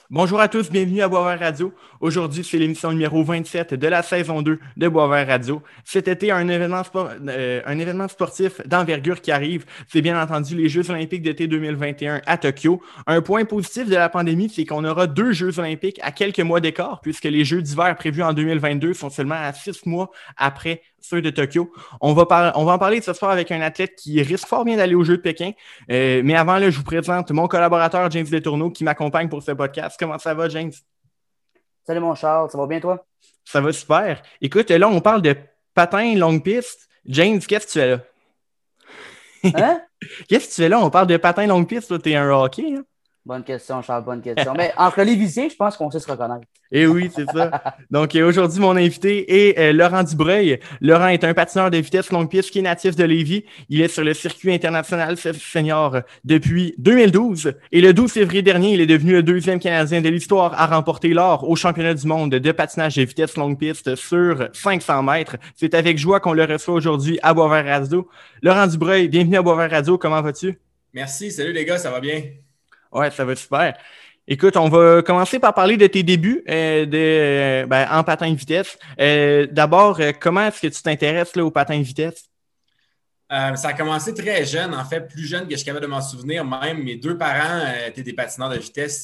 Bonjour à tous, bienvenue à Boisvert Radio. Aujourd'hui, c'est l'émission numéro 27 de la saison 2 de Boisvert Radio. Cet été, un événement sportif d'envergure qui arrive, c'est bien entendu les Jeux olympiques d'été 2021 à Tokyo. Un point positif de la pandémie, c'est qu'on aura deux Jeux olympiques à quelques mois d'écart, puisque les Jeux d'hiver prévus en 2022 sont seulement à 6 mois après ceux de Tokyo. On va en parler ce soir avec un athlète qui risque fort bien d'aller aux Jeux de Pékin. Mais avant, là, je vous présente mon collaborateur James Letourneau qui m'accompagne pour ce podcast. Comment ça va, James? Salut mon Charles, ça va bien toi? Ça va super. Écoute, là, on parle de patin longue piste. James, qu'est-ce que tu fais là? Hein? Qu'est-ce que tu fais là? On parle de patin longue piste. Toi, t'es un hockey, hein? Bonne question, Charles, bonne question. Mais entre les Lévisiens, je pense qu'on sait se reconnaître. Eh oui, c'est ça. Donc, aujourd'hui, mon invité est Laurent Dubreuil. Laurent est un patineur de vitesse longue piste qui est natif de Lévis. Il est sur le circuit international senior depuis 2012. Et le 12 février dernier, il est devenu le deuxième Canadien de l'histoire à remporter l'or au championnat du monde de patinage de vitesse longue piste sur 500 mètres. C'est avec joie qu'on le reçoit aujourd'hui à Boisvert Radio. Laurent Dubreuil, bienvenue à Boisvert Radio. Comment vas-tu? Merci, salut les gars, ça va bien? Ouais, ça va super. Écoute, on va commencer par parler de tes débuts en patin de vitesse. D'abord, comment est-ce que tu t'intéresses là, au patin de vitesse? Ça a commencé très jeune, en fait, plus jeune que je suis capable de m'en souvenir. Même mes deux parents étaient des patineurs de vitesse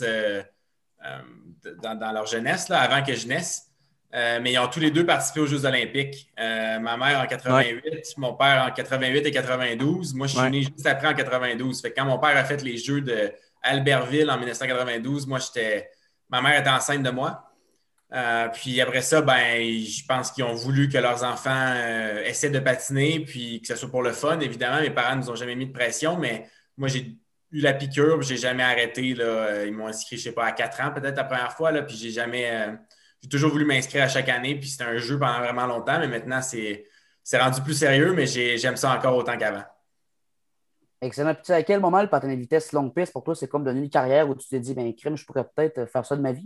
dans leur jeunesse, là, avant que je naisse. Mais ils ont tous les deux participé aux Jeux olympiques. Ma mère en Ouais, 88, mon père en 88 et 92. Moi, je suis ouais. né juste après en 92. Fait que quand mon père a fait les Jeux de Albertville en 1992, ma mère était enceinte de moi. Puis après ça, ben, je pense qu'ils ont voulu que leurs enfants essaient de patiner, puis que ce soit pour le fun. Évidemment, mes parents ne nous ont jamais mis de pression, mais moi, j'ai eu la piqûre, puis j'ai jamais arrêté. Là. Ils m'ont inscrit, je ne sais pas, à 4 ans peut-être la première fois, là, puis j'ai toujours voulu m'inscrire à chaque année, puis c'était un jeu pendant vraiment longtemps, mais maintenant, c'est rendu plus sérieux, mais j'aime ça encore autant qu'avant. Excellent. Puis, tu sais, à quel moment le patin de vitesse longue piste pour toi, c'est comme donner une carrière où tu te dis, ben, crime, je pourrais peut-être faire ça de ma vie?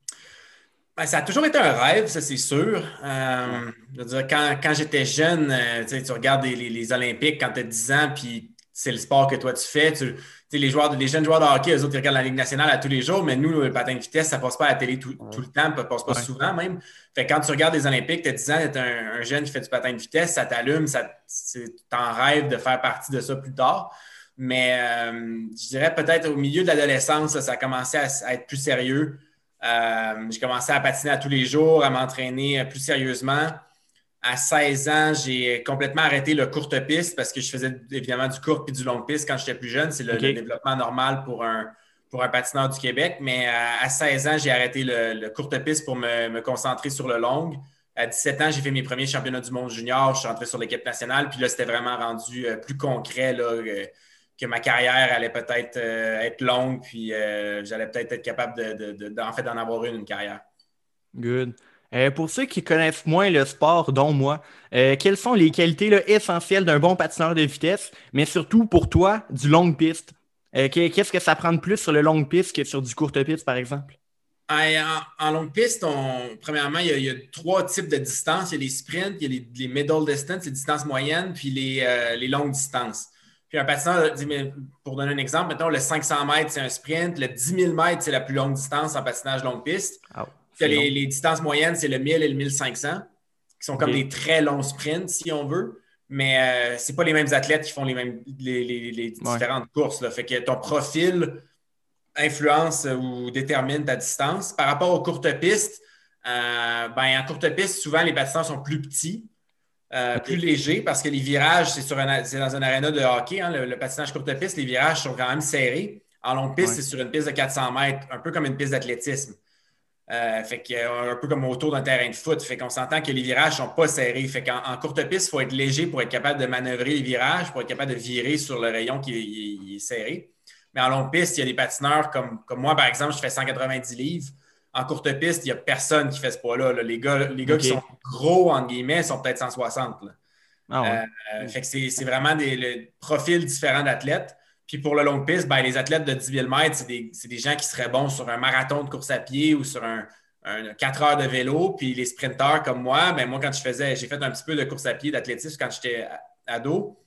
Ben, ça a toujours été un rêve, ça c'est sûr. Ouais. Je veux dire, quand j'étais jeune, tu regardes les Olympiques quand tu as 10 ans, puis c'est le sport que toi tu fais. Les jeunes joueurs de hockey, eux autres, ils regardent la Ligue nationale à tous les jours, mais nous, le patin de vitesse, ça passe pas à la télé tout Ouais. le temps, ça passe pas Ouais. souvent même. Fait que quand tu regardes les Olympiques, tu as 10 ans, tu es un jeune qui fait du patin de vitesse, ça t'allume, t'en rêves de faire partie de ça plus tard. Mais je dirais peut-être au milieu de l'adolescence, ça a commencé à être plus sérieux. J'ai commencé à patiner à tous les jours, à m'entraîner plus sérieusement. À 16 ans, j'ai complètement arrêté le courte piste parce que je faisais évidemment du court et du long piste quand j'étais plus jeune. C'est le OK. développement normal pour un patineur du Québec. Mais à 16 ans, j'ai arrêté le courte piste pour me concentrer sur le long. À 17 ans, j'ai fait mes premiers championnats du monde junior. Je suis entré sur l'équipe nationale. Puis là, c'était vraiment rendu plus concret là, que ma carrière allait peut-être être longue, puis j'allais peut-être être capable en fait, d'en avoir une carrière. Good. Pour ceux qui connaissent moins le sport, dont moi, quelles sont les qualités là, essentielles d'un bon patineur de vitesse, mais surtout pour toi, du longue piste? Qu'est-ce que ça prend de plus sur le longue piste que sur du courte piste, par exemple? En longue piste, premièrement, il y a trois types de distances. Il y a les sprints, il y a les middle distance, les distances moyennes, puis les longues distances. Puis un patineur, pour donner un exemple, mettons le 500 mètres, c'est un sprint, le 10 000 mètres, c'est la plus longue distance en patinage longue piste. Ah, Puis c'est long. les distances moyennes, c'est le 1000 et le 1500, qui sont comme des OK. très longs sprints, si on veut. Mais ce n'est pas les mêmes athlètes qui font les Ouais. différentes courses. Là. Fait que ton profil influence ou détermine ta distance. Par rapport aux courtes pistes, en courte piste, souvent, les patineurs sont plus petits, plus OK. légers, parce que les virages, c'est dans un aréna de hockey. Hein, le patinage courte piste, les virages sont quand même serrés. En longue piste, Ouais. c'est sur une piste de 400 mètres, un peu comme une piste d'athlétisme. Fait que, un peu comme autour d'un terrain de foot. Fait qu'on s'entend que les virages ne sont pas serrés. Fait qu'en courte piste, il faut être léger pour être capable de manœuvrer les virages, pour être capable de virer sur le rayon qui est serré. Mais en longue piste, il y a des patineurs comme moi, par exemple, je fais 190 livres. En courte piste, il n'y a personne qui fait ce poids-là. Là. Les gars qui sont OK. gros, entre guillemets, sont peut-être 160. Là. Ah ouais. Fait que c'est vraiment le profil différent d'athlètes. Puis pour le long piste, ben, les athlètes de 10 000 mètres, c'est des gens qui seraient bons sur un marathon de course à pied ou sur un 4 heures de vélo. Puis les sprinteurs comme moi, ben, moi, quand j'ai fait un petit peu de course à pied, d'athlétisme quand j'étais ado,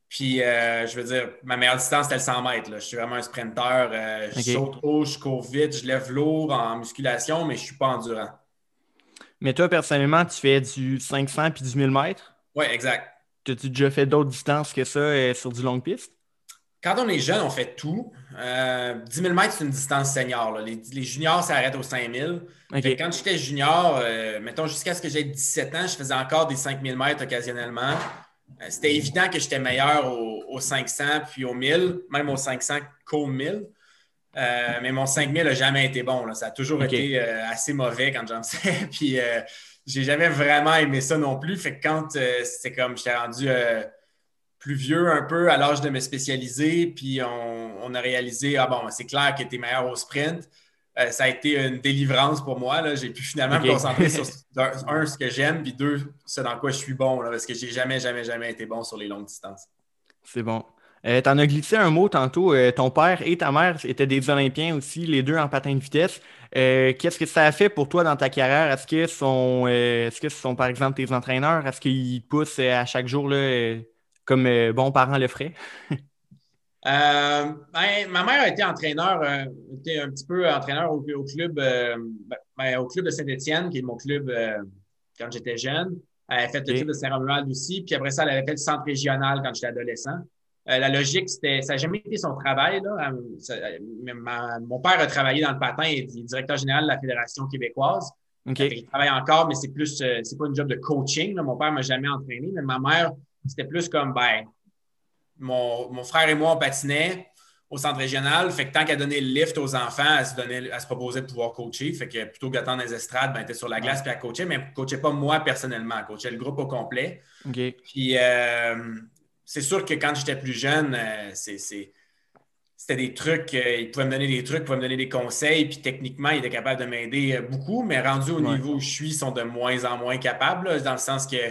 Puis, je veux dire, ma meilleure distance, c'était le 100 mètres. Là. Je suis vraiment un sprinter. Je saute haut, je cours vite, je lève lourd en musculation, mais je ne suis pas endurant. Mais toi, personnellement, tu fais du 500 puis du 1000 mètres. Oui, exact. As-tu déjà fait d'autres distances que ça sur du longue piste? Quand on est jeune, on fait tout. 10 000 mètres, c'est une distance senior. Là. Les juniors s'arrêtent aux 5 000. Okay. Quand j'étais junior, mettons jusqu'à ce que j'aie 17 ans, je faisais encore des 5 000 mètres occasionnellement. C'était évident que j'étais meilleur aux 500 puis aux 1000, même aux 500 qu'aux 1000. Mais mon 5000 n'a jamais été bon. Là. Ça a toujours été assez mauvais quand j'en faisais. Puis j'ai jamais vraiment aimé ça non plus. Fait que quand c'était comme j'étais rendu plus vieux un peu à l'âge de me spécialiser, puis on a réalisé, c'est clair que tu es meilleur au sprint. Ça a été une délivrance pour moi. Là. J'ai pu finalement me concentrer sur un, ce que j'aime, puis deux, ce dans quoi je suis bon, là, parce que j'ai jamais été bon sur les longues distances. C'est bon. Tu en as glissé un mot tantôt. Ton père et ta mère étaient des Olympiens aussi, les deux en patin de vitesse. Qu'est-ce que ça a fait pour toi dans ta carrière? Est-ce que ce sont par exemple tes entraîneurs? Est-ce qu'ils te poussent à chaque jour là, comme bons parents le feraient? Ma mère a été entraîneur, était un petit peu entraîneur au club, au club de Saint-Étienne, qui est mon club quand j'étais jeune. Elle a fait le club de Saint-Romuald aussi. Puis après ça, elle avait fait le centre régional quand j'étais adolescent. La logique, ça n'a jamais été son travail. Là. Mon père a travaillé dans le patin et est directeur général de la Fédération québécoise. Il travaille encore, mais c'est pas une job de coaching. Là. Mon père ne m'a jamais entraîné, mais ma mère, c'était plus comme, mon frère et moi, on patinait au centre régional. Fait que tant qu'elle donnait le lift aux enfants, elle se proposait de pouvoir coacher. Fait que plutôt que d'attendre les estrades, elle était sur la glace puis elle coachait, mais elle ne coachait pas moi personnellement. Elle coachait le groupe au complet. Puis c'est sûr que quand j'étais plus jeune, c'était des trucs, il pouvait me donner des trucs, il pouvait me donner des conseils, puis techniquement, il était capable de m'aider beaucoup, mais rendu au niveau où je suis, ils sont de moins en moins capables, là, dans le sens que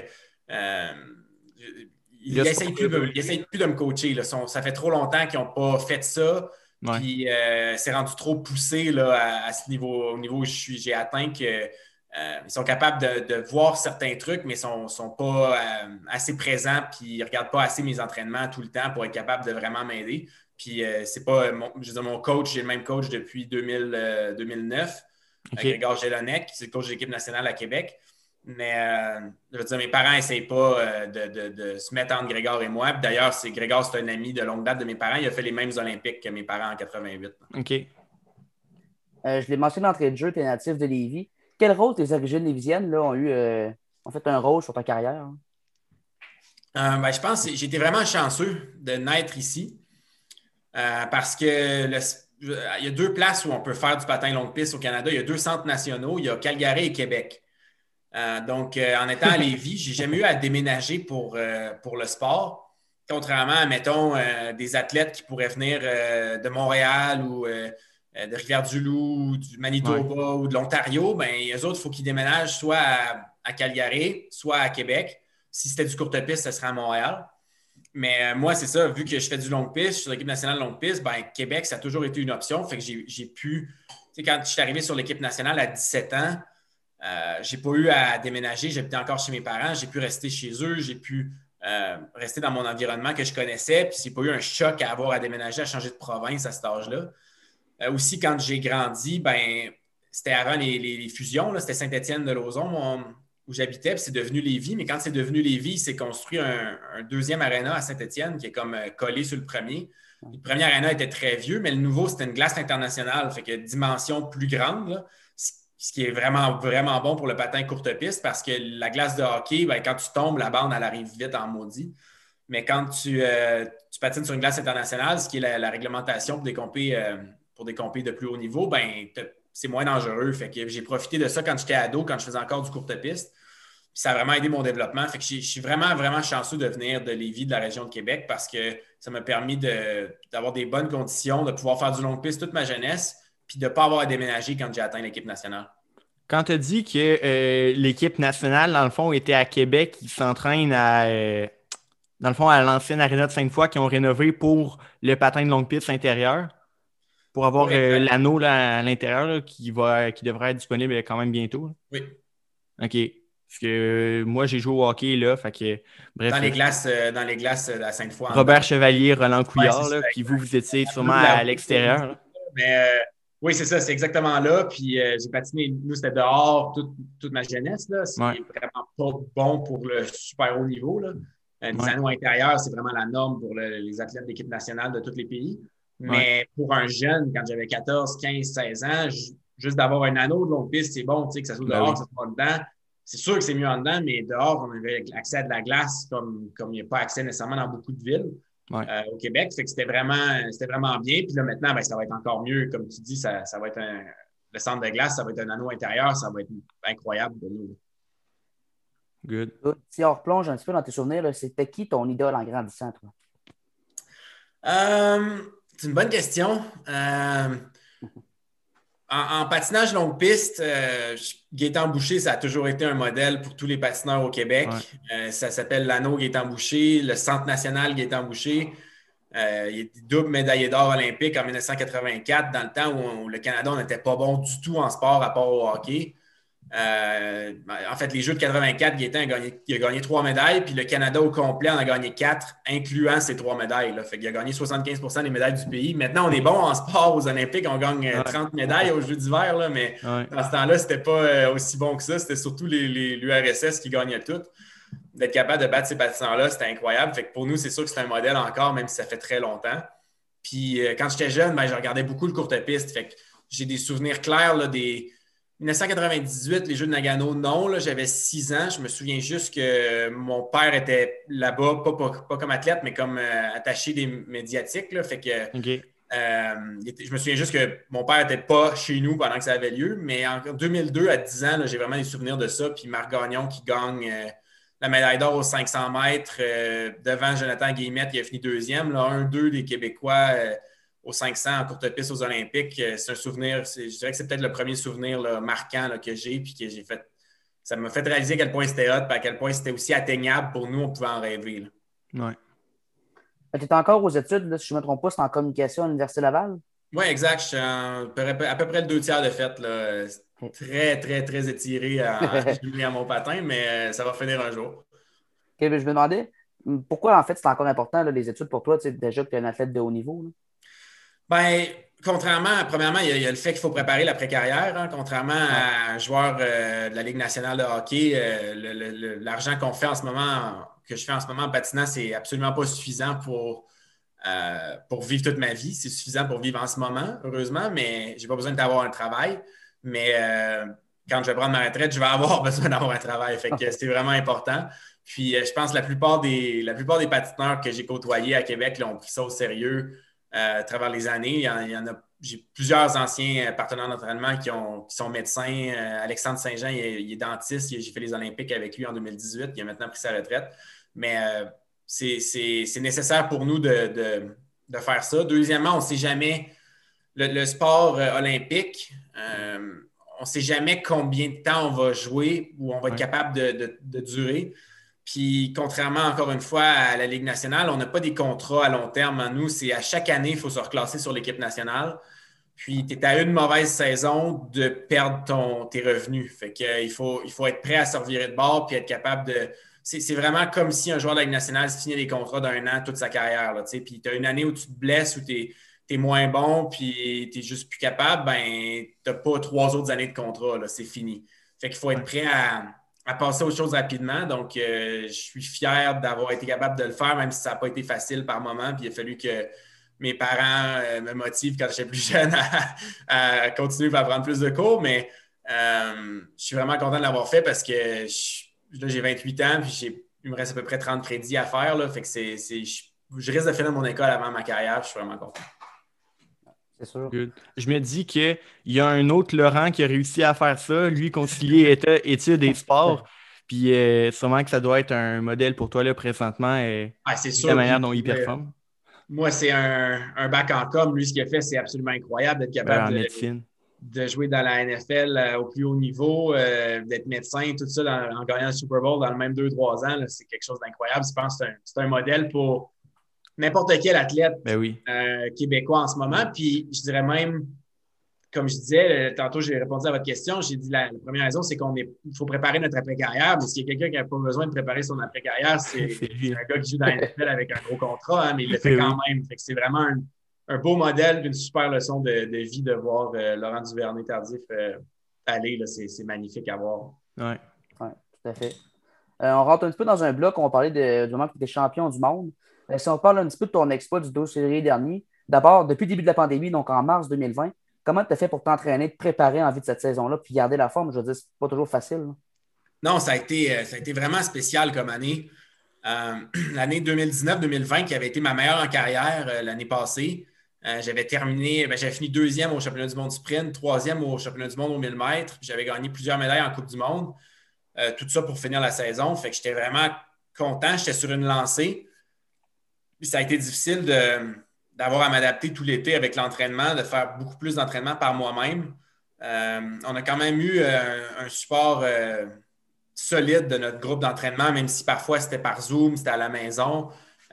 ils n'essayent plus de me coacher. Là. Ça fait trop longtemps qu'ils n'ont pas fait ça. Puis c'est rendu trop poussé là, à ce niveau, au niveau où j'ai atteint que ils sont capables de voir certains trucs, mais ils ne sont pas assez présents, puis ils ne regardent pas assez mes entraînements tout le temps pour être capables de vraiment m'aider. Puis c'est pas mon coach, j'ai le même coach depuis 2009, Grégor Gelonec, c'est le coach de l'équipe nationale à Québec. Mais je veux dire, mes parents n'essayent pas de se mettre entre Grégor et moi. D'ailleurs, Grégor, c'est un ami de longue date de mes parents. Il a fait les mêmes Olympiques que mes parents en 88. OK. Je l'ai mentionné d'entrée de jeu, tu es natif de Lévis. Quel rôle tes origines lévisiennes là, ont fait un rôle sur ta carrière? Je pense que j'ai été vraiment chanceux de naître ici parce que il y a deux places où on peut faire du patin longue piste au Canada. Il y a deux centres nationaux. Il y a Calgary et Québec. Donc, en étant à Lévis, je n'ai jamais eu à déménager pour le sport. Contrairement à, mettons, des athlètes qui pourraient venir de Montréal ou de Rivière-du-Loup, ou du Manitoba ou de l'Ontario, eux autres, il faut qu'ils déménagent soit à Calgary, soit à Québec. Si c'était du courte piste, ce serait à Montréal. Mais moi, c'est ça, vu que je fais du longue piste, je suis sur l'équipe nationale longue piste, Québec, ça a toujours été une option. Fait que j'ai pu, tu sais, quand je suis arrivé sur l'équipe nationale à 17 ans, j'ai pas eu à déménager, j'habitais encore chez mes parents, j'ai pu rester chez eux, j'ai pu rester dans mon environnement que je connaissais, puis j'ai pas eu un choc à avoir à déménager, à changer de province à cet âge-là. Aussi, quand j'ai grandi, c'était avant les fusions, là, c'était Saint-Étienne-de-Lauzon où j'habitais, puis c'est devenu Lévis, mais quand c'est devenu Lévis, il s'est construit un deuxième aréna à Saint-Étienne qui est comme collé sur le premier. Le premier aréna était très vieux, mais le nouveau, c'était une glace internationale, fait que dimension plus grande, là. Ce qui est vraiment, vraiment bon pour le patin courte piste parce que la glace de hockey, quand tu tombes, la bande, elle arrive vite en maudit. Mais quand tu patines sur une glace internationale, ce qui est la réglementation pour des compés de plus haut niveau, c'est moins dangereux. Fait que j'ai profité de ça quand j'étais ado, quand je faisais encore du courte piste. Puis ça a vraiment aidé mon développement. Fait que je suis vraiment, vraiment chanceux de venir de Lévis, de la région de Québec, parce que ça m'a permis d'avoir des bonnes conditions, de pouvoir faire du longue piste toute ma jeunesse, puis de ne pas avoir à déménager quand j'ai atteint l'équipe nationale. Quand tu as dit que l'équipe nationale, dans le fond, était à Québec, ils s'entraînent dans le fond, à l'ancienne aréna de Sainte-Foy qu'ils ont rénové pour le patin de longue piste intérieur, pour avoir l'anneau là, à l'intérieur là, qui devrait être disponible quand même bientôt. Là. Oui. OK. Parce que moi, j'ai joué au hockey, là. Fait que, bref. Dans les glaces à Sainte-Foy. Robert Chevalier, Roland Couillard, c'est là. ça, Puis vous étiez sûrement Nous, à l'extérieur, là. Mais oui, c'est ça, c'est exactement là. Puis j'ai patiné, nous, c'était dehors toute ma jeunesse, là. C'est Ouais. vraiment pas bon pour le super haut niveau, là. Des anneaux intérieurs, c'est vraiment la norme pour les athlètes de l'équipe nationale de tous les pays. Mais pour un jeune, quand j'avais 14, 15, 16 ans, juste d'avoir un anneau de longue piste, c'est bon, tu sais, que ça soit dehors, que ça soit dedans. C'est sûr que c'est mieux en dedans, mais dehors, on avait accès à de la glace comme il n'y a pas accès nécessairement dans beaucoup de villes au Québec. Fait que c'était vraiment bien. Puis là, maintenant, ça va être encore mieux. Comme tu dis, ça va être le centre de glace, ça va être un anneau intérieur, ça va être incroyable pour nous. Good. Si on replonge un petit peu dans tes souvenirs, c'était qui ton idole en grandissant, toi? C'est une bonne question. En patinage longue piste, Gaétan Boucher, ça a toujours été un modèle pour tous les patineurs au Québec. Ça s'appelle l'anneau Gaétan Boucher, le Centre national Gaétan Boucher. Il est double médaillé d'or olympique en 1984, dans le temps où le Canada n'était pas bon du tout en sport à part au hockey. En fait, les Jeux de 84, Gaétan a gagné 3 médailles, puis le Canada au complet en a gagné 4, incluant ces 3 médailles. Là. Fait qu'il a gagné 75% des médailles du pays. Maintenant, on est bon en sport aux Olympiques, on gagne 30 médailles aux Jeux d'hiver, là, mais dans ce temps-là, c'était pas aussi bon que ça. C'était surtout l'URSS qui gagnait tout. D'être capable de battre ces patineurs-là, c'était incroyable. Fait que pour nous, c'est sûr que c'est un modèle encore, même si ça fait très longtemps. Puis quand j'étais jeune, je regardais beaucoup le courte piste. Fait que j'ai des souvenirs clairs là, des 1998, les Jeux de Nagano, non. Là, j'avais 6 ans. Je me souviens juste que mon père était là-bas, pas comme athlète, mais comme attaché des médiatiques. Là, fait que je me souviens juste que mon père n'était pas chez nous pendant que ça avait lieu. Mais en 2002, à 10 ans, là, j'ai vraiment des souvenirs de ça. Puis Marc Gagnon qui gagne la médaille d'or aux 500 mètres devant Jonathan Guillemette qui a fini 2e. 1-2 des Québécois aux 500 en courte piste aux Olympiques. C'est un souvenir, je dirais que c'est peut-être le premier souvenir là, marquant là, que j'ai puis que j'ai fait. Ça m'a fait réaliser à quel point c'était hot et à quel point c'était aussi atteignable pour nous, on pouvait en rêver. Oui. Tu es encore aux études, là, si je ne me trompe pas, c'est en communication à l'Université Laval? Oui, exact. Je suis à peu près le 2 tiers de fait. Là. Très, très, très étiré à mon patin, mais ça va finir un jour. OK, je me demandais, pourquoi en fait c'est encore important là, les études pour toi, déjà que tu es un athlète de haut niveau? Là? Bien, premièrement, il y a le fait qu'il faut préparer l'après-carrière. Hein, contrairement à un joueur de la Ligue nationale de hockey, l'argent qu'on fait en ce moment, que je fais en ce moment en patinant, c'est absolument pas suffisant pour vivre toute ma vie. C'est suffisant pour vivre en ce moment, heureusement, mais j'ai pas besoin d'avoir un travail. Mais quand je vais prendre ma retraite, je vais avoir besoin d'avoir un travail. Fait que c'est vraiment important. Puis je pense que la plupart des patineurs que j'ai côtoyés à Québec là, ont pris ça au sérieux. À travers les années, j'ai plusieurs anciens partenaires d'entraînement qui sont médecins. Alexandre Saint-Jean, il est dentiste. J'ai fait les Olympiques avec lui en 2018. Il a maintenant pris sa retraite. Mais c'est nécessaire pour nous de faire ça. Deuxièmement, on ne sait jamais le sport olympique. On ne sait jamais combien de temps on va jouer ou on va être capable de durer. Puis, contrairement, encore une fois, à la Ligue nationale, on n'a pas des contrats à long terme. Nous, c'est à chaque année, il faut se reclasser sur l'équipe nationale. Puis, tu es à une mauvaise saison de perdre tes revenus. Fait qu'il faut être prêt à se revirer de bord puis être capable de... C'est vraiment comme si un joueur de la Ligue nationale signait des contrats d'1 an toute sa carrière. Là, puis, tu as une année où tu te blesses, où tu es moins bon, puis tu n'es juste plus capable, ben tu n'as pas 3 autres années de contrat. Là, c'est fini. Fait qu'il faut être prêt à passer aux choses rapidement. Donc, je suis fier d'avoir été capable de le faire, même si ça n'a pas été facile par moment. Puis, il a fallu que mes parents me motivent quand j'étais plus jeune à continuer à prendre plus de cours. Mais je suis vraiment content de l'avoir fait parce que là, j'ai 28 ans puis il me reste à peu près 30 crédits à faire. Là, fait que je risque de finir mon école avant ma carrière. Je suis vraiment content. C'est sûr. Good. Je me dis qu'il y a un autre Laurent qui a réussi à faire ça, lui concilier études et sport. Puis sûrement que ça doit être un modèle pour toi là, présentement c'est sûr, la manière dont il performe. Moi, c'est un bac en com. Lui, ce qu'il a fait, c'est absolument incroyable d'être capable de jouer dans la NFL au plus haut niveau, d'être médecin, tout ça en gagnant le Super Bowl dans le même 2-3 ans. Là, c'est quelque chose d'incroyable. Je pense que c'est un modèle pour n'importe quel athlète québécois en ce moment. Puis, je dirais même, comme je disais, tantôt, j'ai répondu à votre question. J'ai dit la première raison, c'est il faut préparer notre après-carrière. Mais s'il y a quelqu'un qui n'a pas besoin de préparer son après-carrière, c'est un gars qui joue dans la NFL avec un gros contrat, hein, mais il le fait quand même. Fait que c'est vraiment un beau modèle, une super leçon de vie de voir Laurent Duvernay-Tardif aller. Là, c'est magnifique à voir. Oui, tout à fait. On rentre un petit peu dans un bloc, on va parler du moment que tu étais champion du monde. Si on parle un petit peu de ton exploit du 12 février dernier, d'abord, depuis le début de la pandémie, donc en mars 2020, comment tu as fait pour t'entraîner, te préparer en vue de cette saison-là, puis garder la forme? Je veux dire, c'est pas toujours facile. Là. Non, ça a été vraiment spécial comme année. L'année 2019-2020, qui avait été ma meilleure en carrière l'année passée, j'avais fini 2e au championnat du monde sprint, 3e au championnat du monde au 1000 mètres, puis j'avais gagné plusieurs médailles en Coupe du monde. Tout ça pour finir la saison. Fait que j'étais vraiment content. J'étais sur une lancée. Puis ça a été difficile d'avoir à m'adapter tout l'été avec l'entraînement, de faire beaucoup plus d'entraînement par moi-même. On a quand même eu un support solide de notre groupe d'entraînement, même si parfois c'était par Zoom, c'était à la maison.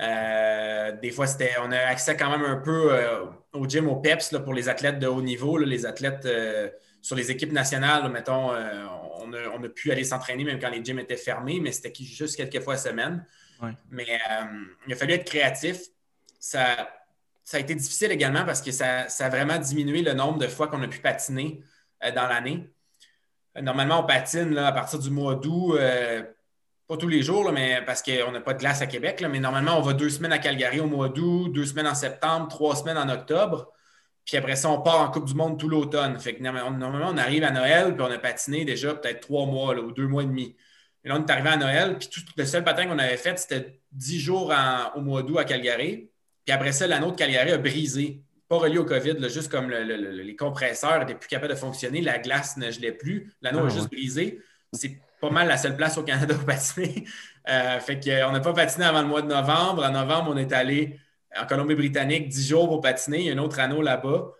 Des fois, on a accès quand même un peu au gym, au PEPS là, pour les athlètes de haut niveau, là, les athlètes sur les équipes nationales, là, mettons, on a pu aller s'entraîner même quand les gyms étaient fermés, mais c'était juste quelques fois semaine. Ouais. Mais il a fallu être créatif. Ça a été difficile également parce que ça a vraiment diminué le nombre de fois qu'on a pu patiner dans l'année. Normalement, on patine là, à partir du mois d'août, pas tous les jours, là, mais parce qu'on n'a pas de glace à Québec, là, mais normalement, on va 2 semaines à Calgary au mois d'août, 2 semaines en septembre, 3 semaines en octobre. Puis après ça, on part en Coupe du monde tout l'automne. Fait que normalement, on arrive à Noël, puis on a patiné déjà peut-être 3 mois là, ou 2 mois et demi. Et là, on est arrivé à Noël, puis le seul patin qu'on avait fait, c'était 10 jours au mois d'août à Calgary. Puis après ça, l'anneau de Calgary a brisé. Pas relié au COVID, là, juste comme les compresseurs n'étaient plus capables de fonctionner, la glace ne gelait plus, l'anneau a juste brisé. C'est pas mal la seule place au Canada où patiner. Fait qu'on n'a pas patiné avant le mois de novembre. En novembre, on est allé en Colombie-Britannique 10 jours pour patiner. Il y a un autre anneau là-bas.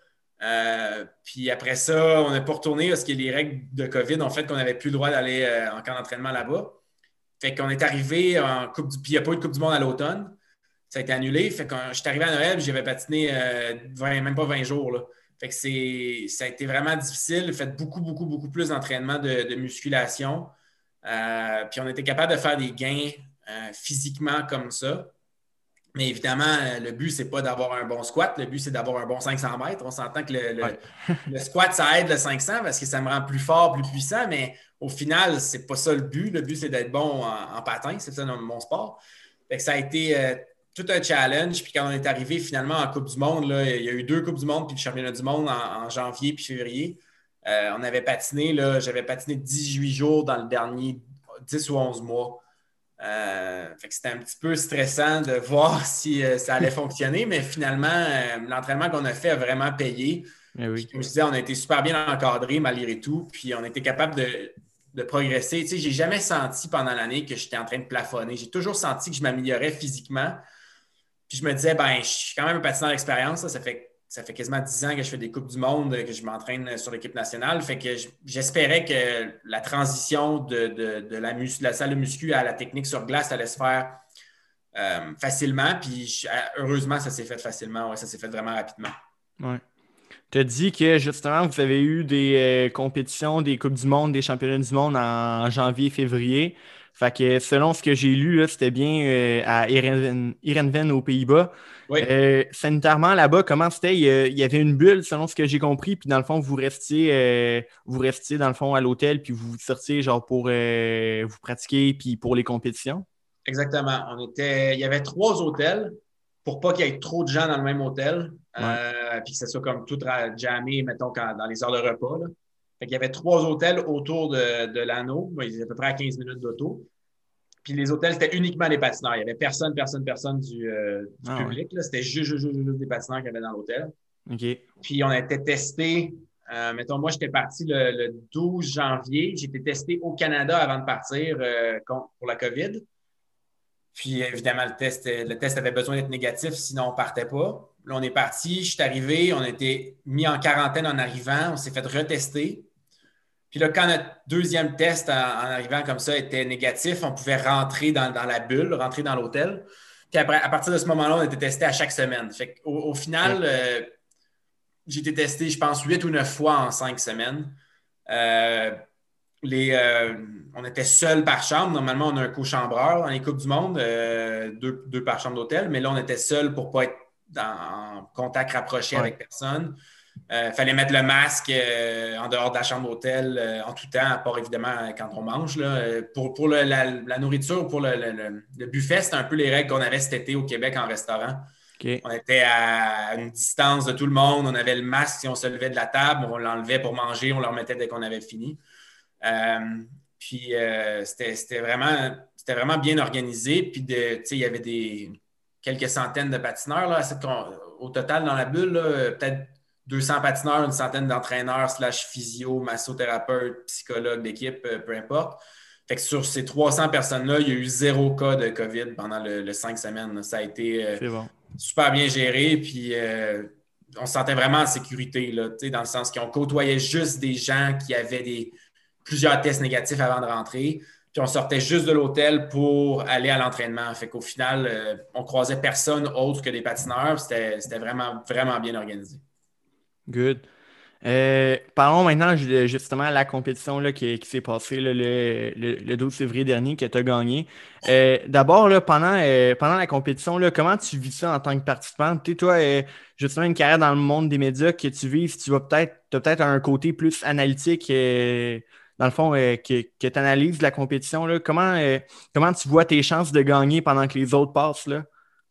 Puis après ça, on n'a pas retourné parce que les règles de COVID ont fait qu'on n'avait plus le droit d'aller en camp d'entraînement là-bas. Fait qu'on est arrivé en Coupe du... Puis il n'y a pas eu de Coupe du monde à l'automne. Ça a été annulé. Fait que je suis arrivé à Noël, j'avais patiné même pas 20 jours. Là. Fait que ça a été vraiment difficile. J'ai fait beaucoup, beaucoup, beaucoup plus d'entraînement de musculation. Puis on était capable de faire des gains physiquement comme ça. Mais évidemment, le but, c'est pas d'avoir un bon squat. Le but, c'est d'avoir un bon 500 mètres. On s'entend que le squat, ça aide le 500 parce que ça me rend plus fort, plus puissant. Mais au final, c'est pas ça le but. Le but, c'est d'être bon en patin. C'est ça mon sport. Fait que ça a été tout un challenge. Puis quand on est arrivé finalement en Coupe du monde, là, il y a eu 2 Coupes du monde puis le championnat du monde en janvier puis février. On avait patiné, là, j'avais patiné 18 jours dans le dernier 10 ou 11 mois. Fait que c'était un petit peu stressant de voir si ça allait fonctionner, mais finalement, l'entraînement qu'on a fait a vraiment payé. Oui. Comme je disais, on a été super bien encadrés malgré tout, puis on a été capable de progresser. Tu sais, j'ai jamais senti pendant l'année que j'étais en train de plafonner. J'ai toujours senti que je m'améliorais physiquement. Puis je me disais, je suis quand même un patineur d'expérience. Ça fait quasiment 10 ans que je fais des Coupes du monde, que je m'entraîne sur l'équipe nationale. Fait que j'espérais que la transition de la salle de muscu à la technique sur glace allait se faire facilement. Puis heureusement, ça s'est fait facilement. Ouais, ça s'est fait vraiment rapidement. Ouais. Tu as dit que justement, vous avez eu des compétitions, des Coupes du monde, des championnats du monde en janvier, février. Fait que selon ce que j'ai lu, là, c'était bien à Heerenveen aux Pays-Bas. Oui. Sanitairement, là-bas, comment c'était? Il y avait une bulle, selon ce que j'ai compris, puis dans le fond, vous restiez dans le fond à l'hôtel, puis vous sortiez genre pour vous pratiquer, puis pour les compétitions? Exactement. Il y avait 3 hôtels pour pas qu'il y ait trop de gens dans le même hôtel, puis que ça soit comme tout jammé, mettons, dans les heures de repas. Là. Fait qu'il y avait 3 hôtels autour de l'anneau. Ils étaient à peu près à 15 minutes d'auto. Puis les hôtels, c'était uniquement les patineurs. Il n'y avait personne du public. Ouais. Là. C'était juste des patineurs qu'il y avait dans l'hôtel. Okay. Puis on a été testés. Mettons, moi, j'étais parti le 12 janvier. J'ai été testé au Canada avant de partir pour la COVID. Puis évidemment, le test avait besoin d'être négatif, sinon on ne partait pas. Là, on est parti. Je suis arrivé. On a été mis en quarantaine en arrivant. On s'est fait retester. Puis là, quand notre deuxième test en arrivant comme ça était négatif, on pouvait rentrer dans la bulle, rentrer dans l'hôtel. Puis après, à partir de ce moment-là, on était testé à chaque semaine. Fait qu'au final, j'ai été testé, je pense, 8 ou 9 fois en 5 semaines. On était seuls par chambre. Normalement, on a un co-chambreur dans les Coupes du Monde, deux par chambre d'hôtel, mais là, on était seuls pour ne pas être en contact rapproché avec personne. Il fallait mettre le masque en dehors de la chambre d'hôtel en tout temps, à part évidemment quand on mange. Là. Pour la nourriture, pour le buffet, c'était un peu les règles qu'on avait cet été au Québec en restaurant. Okay. On était à une distance de tout le monde. On avait le masque si on se levait de la table. On l'enlevait pour manger. On le remettait dès qu'on avait fini. C'était vraiment bien organisé. Puis il y avait quelques centaines de patineurs là, au total dans la bulle, peut-être 200 patineurs, une centaine d'entraîneurs / physio, massothérapeutes, psychologues d'équipe, peu importe. Fait que sur ces 300 personnes-là, il y a eu 0 cas de COVID pendant le 5 semaines. Là. Ça a été super bien géré. Puis on se sentait vraiment en sécurité, là, dans le sens qu'on côtoyait juste des gens qui avaient plusieurs tests négatifs avant de rentrer. Puis on sortait juste de l'hôtel pour aller à l'entraînement. Fait qu'au final, on croisait personne autre que des patineurs. C'était vraiment, vraiment bien organisé. Good. Parlons maintenant justement de la compétition là, qui s'est passée là, le 12 février dernier que tu as gagné. D'abord, là, pendant la compétition, là, comment tu vis ça en tant que participant? Tu sais, toi, justement, une carrière dans le monde des médias que tu vives, tu as peut-être un côté plus analytique, dans le fond, que tu analyses la compétition. Là. Comment tu vois tes chances de gagner pendant que les autres passent, là?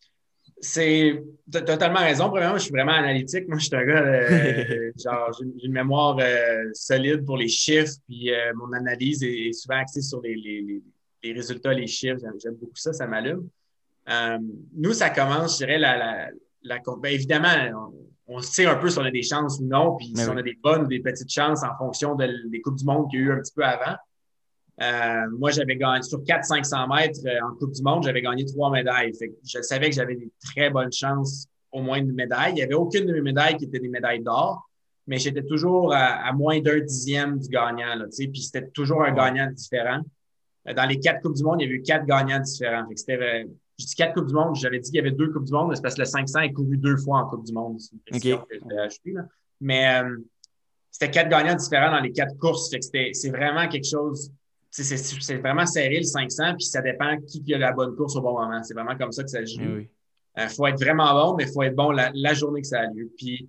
T'as totalement raison. Premièrement, je suis vraiment analytique. Moi, je suis un gars, j'ai une mémoire solide pour les chiffres, puis mon analyse est souvent axée sur les résultats, les chiffres. J'aime beaucoup ça, ça m'allume. Nous, ça commence, je dirais, ben, évidemment, on se tire un peu si on a des chances ou non, puis si on a des bonnes ou des petites chances en fonction des Coupes du Monde qu'il y a eu un petit peu avant. Moi, j'avais gagné sur 400-500 mètres en Coupe du Monde, j'avais gagné 3 médailles. Fait que je savais que j'avais des très bonnes chances au moins de médailles. Il n'y avait aucune de mes médailles qui était des médailles d'or, mais j'étais toujours à moins d'1/10 du gagnant. Là, puis c'était toujours un gagnant différent. Dans les 4 Coupes du Monde, il y avait eu 4 gagnants différents. Fait que je dis 4 Coupes du Monde, j'avais dit qu'il y avait 2 Coupes du Monde, mais c'est parce que le 500 est couru 2 fois en Coupe du Monde. C'est une question que je vais ajouter. Là. Mais c'était 4 gagnants différents dans les 4 courses. Fait que c'est vraiment quelque chose. C'est vraiment serré le 500, puis ça dépend qui a la bonne course au bon moment. C'est vraiment comme ça que ça se joue. Il faut être vraiment bon, mais il faut être bon la journée que ça a lieu. Puis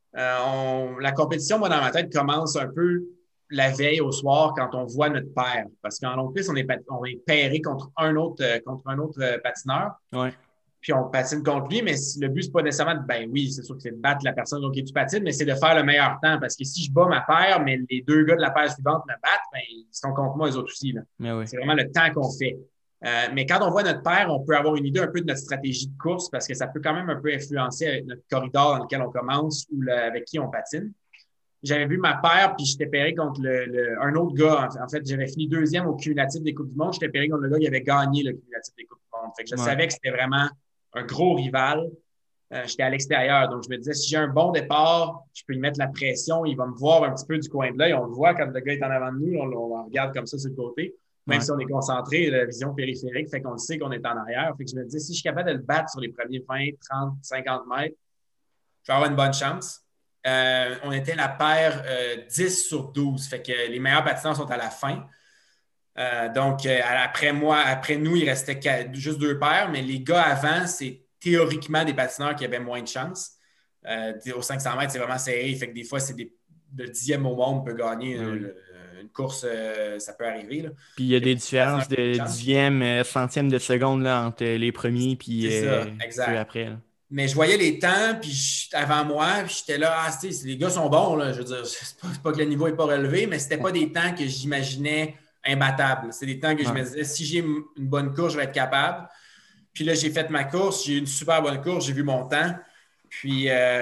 la compétition, moi, dans ma tête, commence un peu la veille au soir quand on voit notre paire. Parce qu'en longue piste, on est pairé contre un autre patineur. Ouais. Puis on patine contre lui, mais le but, c'est pas nécessairement c'est sûr que c'est de battre la personne contre qui tu patines, mais c'est de faire le meilleur temps. Parce que si je bats ma paire, mais les 2 gars de la paire suivante me battent, ils sont contre moi, eux autres aussi. Là. C'est vraiment le temps qu'on fait. Mais quand on voit notre paire, on peut avoir une idée un peu de notre stratégie de course parce que ça peut quand même un peu influencer avec notre corridor dans lequel on commence ou avec qui on patine. J'avais vu ma paire, puis j'étais pairé contre un autre gars. En fait, j'avais fini 2e au cumulatif des Coupes du Monde. J'étais pairé contre le gars qui avait gagné le cumulatif des Coupes du Monde. Fait que je savais que c'était vraiment un gros rival. J'étais à l'extérieur. Donc, je me disais, si j'ai un bon départ, je peux lui mettre la pression. Il va me voir un petit peu du coin de l'œil. On le voit quand le gars est en avant de nous. On le regarde comme ça sur le côté. Même si on est concentré, la vision périphérique fait qu'on le sait qu'on est en arrière. Fait que je me disais, si je suis capable de le battre sur les premiers 20, 30, 50 mètres, je vais avoir une bonne chance. On était la paire 10 sur 12. Fait que les meilleurs patineurs sont à la fin. Donc, après nous, il restait juste 2 paires, mais les gars avant, c'est théoriquement des patineurs qui avaient moins de chance. Au 500 mètres, c'est vraiment serré. Fait que des fois, c'est le 10e au monde peut gagner une course, ça peut arriver. Là. Puis il y a des différences de 10e, centième de seconde là, entre les premiers et ceux après. Là. Mais je voyais les temps, puis avant moi, puis j'étais là, les gars sont bons. Là, je veux dire, c'est pas que le niveau n'est pas relevé, mais c'était pas des temps que j'imaginais imbattable. C'est des temps que je me disais, si j'ai une bonne course, je vais être capable. Puis là, j'ai fait ma course, j'ai eu une super bonne course, j'ai vu mon temps. Puis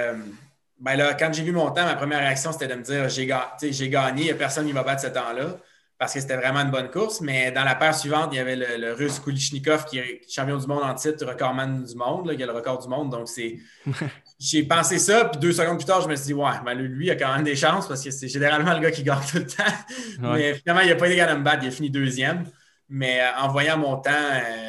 là, quand j'ai vu mon temps, ma première réaction, c'était de me dire, j'ai gagné, il n'y a personne qui va battre ce temps-là, parce que c'était vraiment une bonne course. Mais dans la paire suivante, il y avait le Russe Kulichnikov, qui est champion du monde en titre, recordman du monde, là, qui a le record du monde. Donc, j'ai pensé ça, puis 2 secondes plus tard, je me suis dit, lui, il a quand même des chances parce que c'est généralement le gars qui gagne tout le temps. Mais finalement, il n'a pas été capable de me battre, il a fini 2e. Mais en voyant mon temps,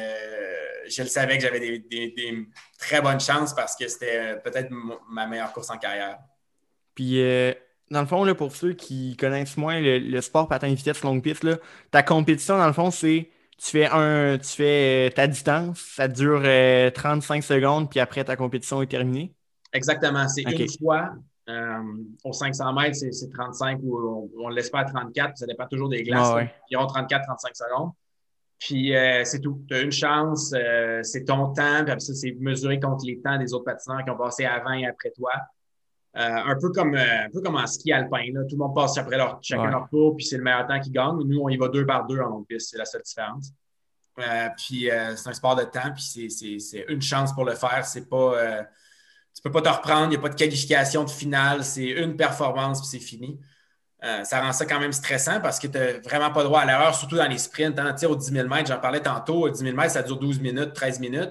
je le savais que j'avais des très bonnes chances parce que c'était peut-être ma meilleure course en carrière. Puis, dans le fond, là, pour ceux qui connaissent moins le sport patin de vitesse longue piste, là, ta compétition, dans le fond, c'est tu fais ta distance, ça dure 35 secondes, puis après, ta compétition est terminée. Exactement. C'est OK. une fois. Aux 500 mètres, c'est 35 ou on le laisse pas à 34, ça dépend toujours des glaces. Ouais, ouais. Environ 34-35 secondes. Puis c'est tout. Tu as une chance, c'est ton temps, puis après ça, c'est mesuré contre les temps des autres patineurs qui ont passé avant et après toi. Un peu comme en ski alpin. Là. Tout le monde passe après chacun leur tour, puis c'est le meilleur temps qui gagne. Nous, on y va 2 par 2 en longue piste. C'est la seule différence. Puis c'est un sport de temps, puis c'est une chance pour le faire. C'est pas, tu peux pas te reprendre, il n'y a pas de qualification de finale. C'est une performance, puis c'est fini. Ça rend ça quand même stressant parce que tu n'as vraiment pas droit à l'erreur, surtout dans les sprints. Hein. Au 10 000 mètres, j'en parlais tantôt, au 10 000 mètres, ça dure 12 minutes, 13 minutes.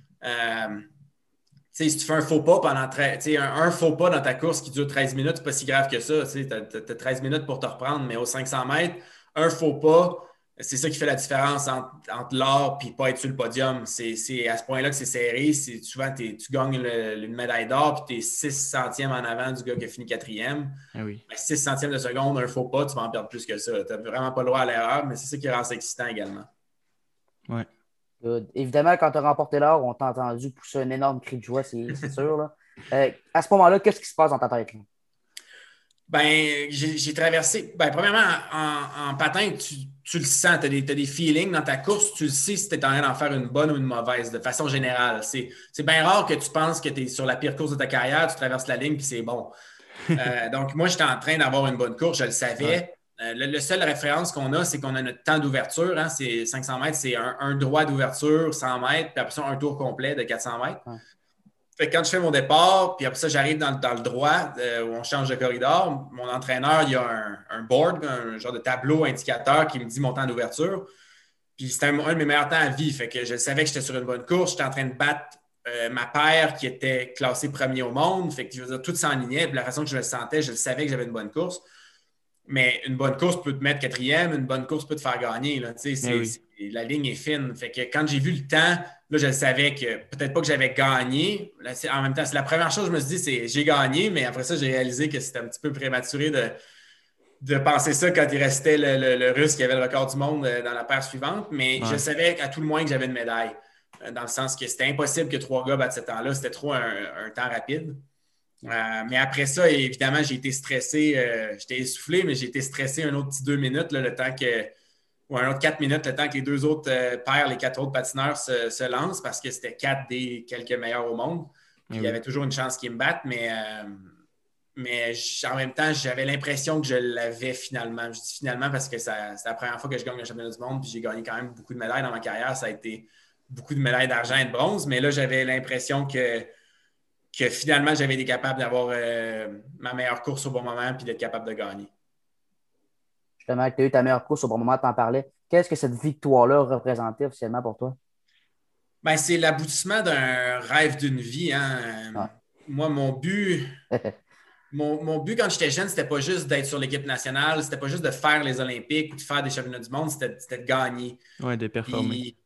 Si tu fais un faux pas un faux pas dans ta course qui dure 13 minutes, c'est pas si grave que ça. Tu as 13 minutes pour te reprendre, mais aux 500 mètres, un faux pas, c'est ça qui fait la différence entre l'or et pas être sur le podium. C'est à ce point-là que c'est serré. Souvent, tu gagnes une médaille d'or puis tu es 6 centièmes en avant du gars qui a fini 4e. Ah oui. 6 centièmes de seconde, un faux pas, tu vas en perdre plus que ça. Tu n'as vraiment pas le droit à l'erreur, mais c'est ça qui rend ça excitant également. Ouais. Évidemment, quand tu as remporté l'or, on t'a entendu pousser un énorme cri de joie, c'est sûr. Là. À ce moment-là, qu'est-ce qui se passe dans ta tête? Là? Ben, j'ai traversé. Ben, premièrement, en patin, tu le sens, tu as des feelings dans ta course, tu le sais si tu es en train d'en faire une bonne ou une mauvaise, de façon générale. C'est bien rare que tu penses que tu es sur la pire course de ta carrière, tu traverses la ligne puis c'est bon. Donc, moi, j'étais en train d'avoir une bonne course, je le savais. Ouais. Le seule référence qu'on a, c'est qu'on a notre temps d'ouverture. Hein, c'est 500 mètres, c'est un droit d'ouverture, 100 mètres, puis après ça, un tour complet de 400 mètres. Ouais. Fait que quand je fais mon départ, puis après ça, j'arrive dans le droit où on change de corridor, mon entraîneur, il y a un board, un genre de tableau indicateur qui me dit mon temps d'ouverture. Puis c'était un de mes meilleurs temps à vie. Fait que je savais que j'étais sur une bonne course. J'étais en train de battre ma paire qui était classée premier au monde. Fait que je veux dire, tout s'enlignait. Puis la façon que je le sentais, je le savais que j'avais une bonne course. Mais une bonne course peut te mettre 4e, une bonne course peut te faire gagner. Là. La ligne est fine. Fait que quand j'ai vu le temps, là, je savais que peut-être pas que j'avais gagné. Là, en même temps, c'est la première chose que je me suis dit, c'est j'ai gagné, mais après ça, j'ai réalisé que c'était un petit peu prématuré de penser ça quand il restait le Russe qui avait le record du monde dans la paire suivante. Mais je savais à tout le moins que j'avais une médaille. Dans le sens que c'était impossible que 3 gars battent ce temps-là. C'était trop un temps rapide. Mais après ça, évidemment, j'ai été stressé. J'étais essoufflé, mais j'ai été stressé un autre petit 2 minutes, là, ou un autre 4 minutes, le temps que les 2 autres paires, les 4 autres patineurs se lancent parce que c'était 4 des quelques meilleurs au monde. Puis, il y avait toujours une chance qu'ils me battent, mais en même temps, j'avais l'impression que je l'avais finalement. Je dis finalement parce que c'est la première fois que je gagne le championnat du monde, puis j'ai gagné quand même beaucoup de médailles dans ma carrière. Ça a été beaucoup de médailles d'argent et de bronze, mais là, j'avais l'impression que finalement, j'avais été capable d'avoir ma meilleure course au bon moment puis d'être capable de gagner. Justement, que tu as eu ta meilleure course au bon moment, tu en parlais. Qu'est-ce que cette victoire-là représentait officiellement pour toi? Ben, c'est l'aboutissement d'un rêve d'une vie. Hein. Ouais. Moi, mon but quand j'étais jeune, c'était pas juste d'être sur l'équipe nationale, c'était pas juste de faire les Olympiques ou de faire des championnats du monde, c'était de gagner. Oui, de performer. Puis,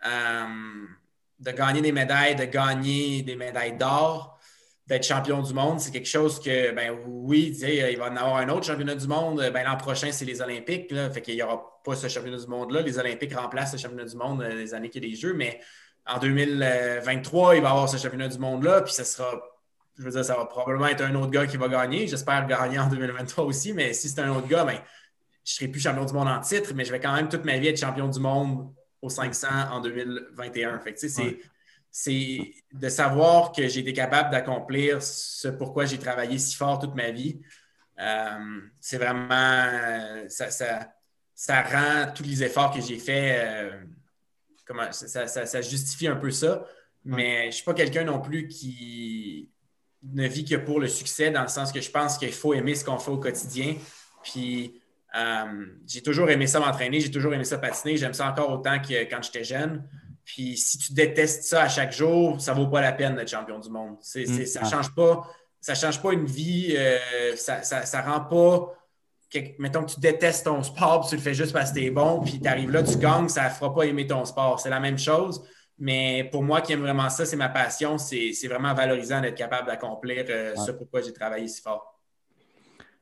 de gagner des médailles, de gagner des médailles d'or. D'être champion du monde, c'est quelque chose que, ben oui, il va en avoir un autre championnat du monde. Ben, l'an prochain, c'est les Olympiques. Là, fait qu'il n'y aura pas ce championnat du monde-là. Les Olympiques remplacent le championnat du monde les années qu'il y a des Jeux. Mais en 2023, il va y avoir ce championnat du monde-là. Puis ça va probablement être un autre gars qui va gagner. J'espère gagner en 2023 aussi. Mais si c'est un autre gars, ben, je ne serai plus champion du monde en titre, mais je vais quand même toute ma vie être champion du monde aux 500 en 2021. Fait que, c'est de savoir que j'ai été capable d'accomplir ce pourquoi j'ai travaillé si fort toute ma vie. C'est vraiment... ça rend tous les efforts que j'ai faits... ça justifie un peu ça. Mais je ne suis pas quelqu'un non plus qui ne vit que pour le succès, dans le sens que je pense qu'il faut aimer ce qu'on fait au quotidien. Puis j'ai toujours aimé ça m'entraîner, j'ai toujours aimé ça patiner. J'aime ça encore autant que quand j'étais jeune. Puis si tu détestes ça à chaque jour, ça ne vaut pas la peine d'être champion du monde. Ça ne change pas une vie. Ça ne rend pas... Mettons que tu détestes ton sport, puis tu le fais juste parce que tu es bon, puis tu arrives là, tu gagnes, ça ne fera pas aimer ton sport. C'est la même chose. Mais pour moi qui aime vraiment ça, c'est ma passion. C'est vraiment valorisant d'être capable d'accomplir ce pourquoi j'ai travaillé si fort.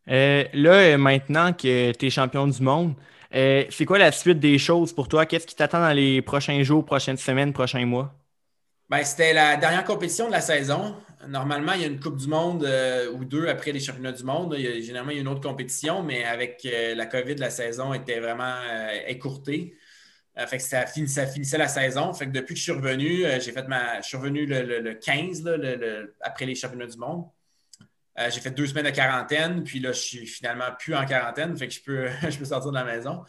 Maintenant que tu es champion du monde, c'est quoi la suite des choses pour toi? Qu'est-ce qui t'attend dans les prochains jours, prochaines semaines, prochains mois? Ben, c'était la dernière compétition de la saison. Normalement, il y a une Coupe du Monde ou deux après les championnats du monde. Généralement, il y a une autre compétition, mais avec la COVID, la saison était vraiment écourtée. Fait que ça finissait la saison. Fait que depuis que je suis revenu, je suis revenu le 15 là, après les championnats du monde. J'ai fait 2 semaines de quarantaine, puis là, je suis finalement plus en quarantaine, fait que je peux sortir de la maison.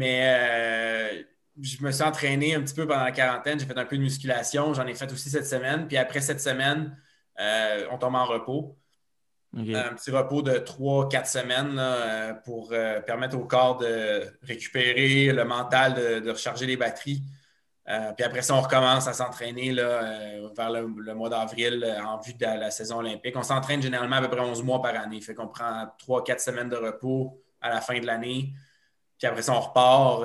Mais je me suis entraîné un petit peu pendant la quarantaine, j'ai fait un peu de musculation, j'en ai fait aussi cette semaine. Puis après cette semaine, on tombe en repos. OK. Un petit repos de 3-4 semaines là, pour permettre au corps de récupérer le mental, de recharger les batteries. Puis après ça, on recommence à s'entraîner là, vers le mois d'avril en vue de la saison olympique. On s'entraîne généralement à peu près 11 mois par année. Fait qu'on prend 3-4 semaines de repos à la fin de l'année. Puis après ça, on repart.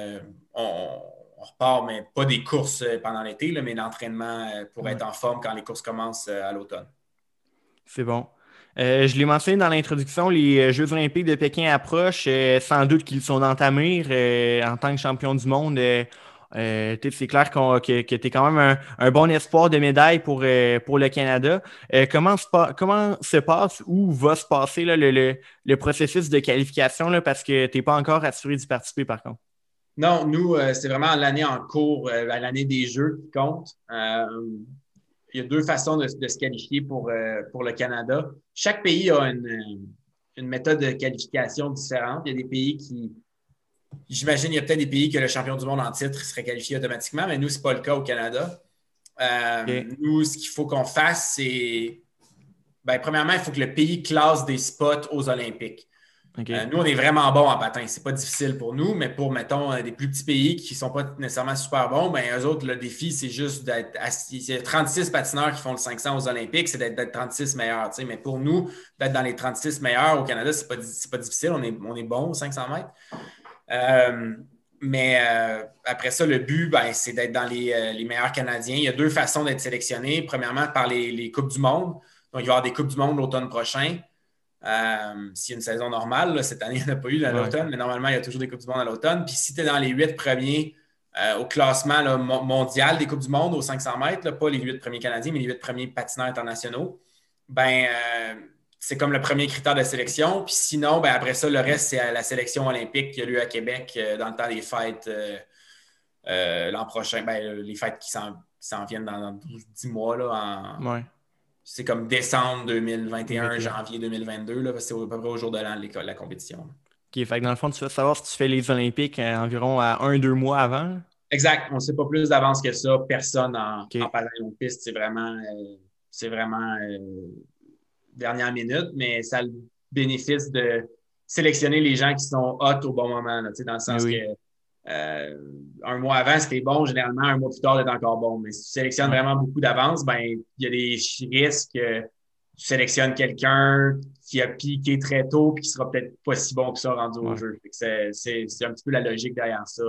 On repart, mais pas des courses pendant l'été, là, mais l'entraînement pour Ouais. être en forme quand les courses commencent à l'automne. C'est bon. Je l'ai mentionné dans l'introduction, les Jeux olympiques de Pékin approchent. Sans doute qu'ils sont dans ta mire en tant que champion du monde. C'est clair que tu es quand même un bon espoir de médaille pour le Canada. Comment se passe ou va se passer là, le processus de qualification là, parce que tu n'es pas encore assuré d'y participer par contre? Non, nous, c'est vraiment l'année en cours, l'année des Jeux qui compte. Il y a deux façons de se qualifier pour le Canada. Chaque pays a une méthode de qualification différente. Il y a des pays j'imagine, il y a peut-être des pays que le champion du monde en titre serait qualifié automatiquement, mais nous, ce n'est pas le cas au Canada. Okay. Nous, ce qu'il faut qu'on fasse, c'est, premièrement, il faut que le pays classe des spots aux Olympiques. Okay. Nous, on est vraiment bons en patin. C'est pas difficile pour nous, mais pour, mettons, des plus petits pays qui sont pas nécessairement super bons, eux autres, le défi, c'est juste d'être assis. Il y a 36 patineurs qui font le 500 aux Olympiques, c'est d'être 36 meilleurs. Mais pour nous, d'être dans les 36 meilleurs au Canada, c'est pas difficile. On est bon aux 500 mètres. Mais après ça, le but, c'est d'être dans les meilleurs Canadiens. Il y a deux façons d'être sélectionné. Premièrement, par les Coupes du monde. Donc, il va y avoir des Coupes du monde l'automne prochain. S'il y a une saison normale, là, cette année, il n'y en a pas eu dans l'automne, mais normalement, il y a toujours des Coupes du monde à l'automne. Puis si tu es dans les 8 premiers au classement là, mondial des Coupes du monde aux 500 mètres, là, pas les 8 premiers Canadiens, mais les 8 premiers patineurs internationaux, c'est comme le premier critère de sélection. Puis sinon, après ça, le reste, c'est la sélection olympique qui a lieu à Québec dans le temps des fêtes l'an prochain. Les fêtes qui s'en viennent dans 10 mois. Là, C'est comme décembre 2021, janvier 2022. Là, parce que c'est à peu près au jour de l'an la compétition. OK, fait que dans le fond, tu veux savoir si tu fais les Olympiques environ à 1-2 mois avant? Exact. On ne sait pas plus d'avance que ça. Personne en patin ou piste. C'est vraiment dernière minute, mais ça a le bénéfice de sélectionner les gens qui sont hot au bon moment. Là, dans le sens que un mois avant, c'était bon. Généralement, un mois plus tard, c'est encore bon. Mais si tu sélectionnes vraiment beaucoup d'avance, il y a des risques que tu sélectionnes quelqu'un qui a piqué très tôt et qui sera peut-être pas si bon que ça rendu au jeu. C'est un petit peu la logique derrière ça.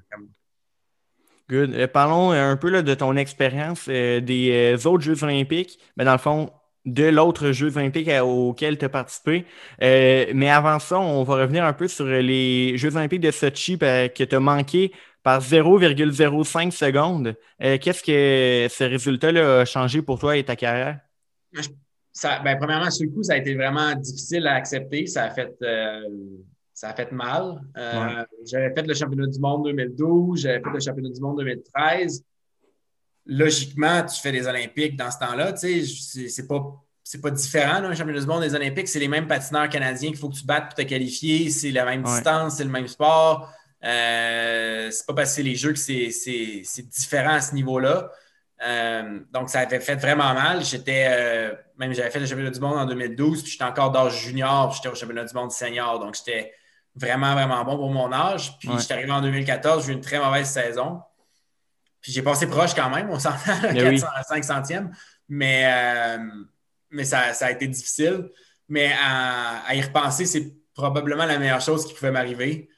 Good. Parlons un peu là, de ton expérience des autres Jeux olympiques. Dans le fond, de l'autre Jeux olympiques auxquels tu as participé. Mais avant ça, on va revenir un peu sur les Jeux olympiques de Sochi que tu as manqué par 0,05 secondes. Qu'est-ce que ce résultat-là a changé pour toi et ta carrière? Premièrement, sur le coup, ça a été vraiment difficile à accepter. Ça a fait mal. J'avais fait le championnat du monde 2012, j'avais fait le championnat du monde 2013. Logiquement, tu fais les Olympiques dans ce temps-là. C'est pas différent, là, un championnat du monde des Olympiques. C'est les mêmes patineurs canadiens qu'il faut que tu battes pour te qualifier. C'est la même distance, c'est le même sport. C'est pas parce que c'est les Jeux que c'est différent à ce niveau-là. Donc, ça avait fait vraiment mal. Même j'avais fait le championnat du monde en 2012, puis j'étais encore d'âge junior, puis j'étais au championnat du monde senior. Donc, j'étais vraiment, vraiment bon pour mon âge. Puis, j'étais arrivé en 2014, j'ai eu une très mauvaise saison. Puis, j'ai passé proche quand même, on s'entend, 5 centièmes. Mais ça a été difficile. Mais à y repenser, c'est probablement la meilleure chose qui pouvait m'arriver.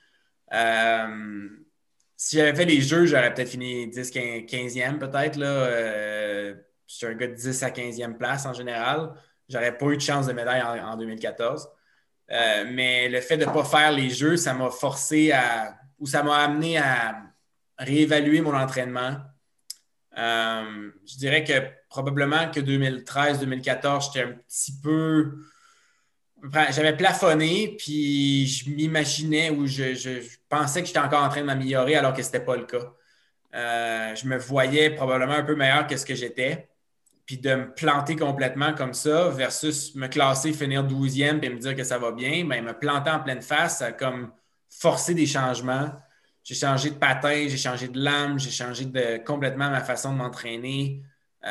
Si j'avais fait les Jeux, j'aurais peut-être fini 10, 15e peut-être. Je suis un gars de 10 à 15e place en général. J'aurais pas eu de chance de médaille en 2014. Mais le fait de ne pas faire les jeux, ça m'a forcé ça m'a amené à réévaluer mon entraînement. Je dirais que probablement que 2013-2014, j'étais un petit peu... J'avais plafonné, puis je m'imaginais ou je pensais que j'étais encore en train de m'améliorer alors que ce n'était pas le cas. Je me voyais probablement un peu meilleur que ce que j'étais. Puis de me planter complètement comme ça versus me classer, finir 12e et me dire que ça va bien, bien, me planter en pleine face, ça a comme forcé des changements. J'ai changé de patin, j'ai changé de lame, j'ai changé complètement ma façon de m'entraîner.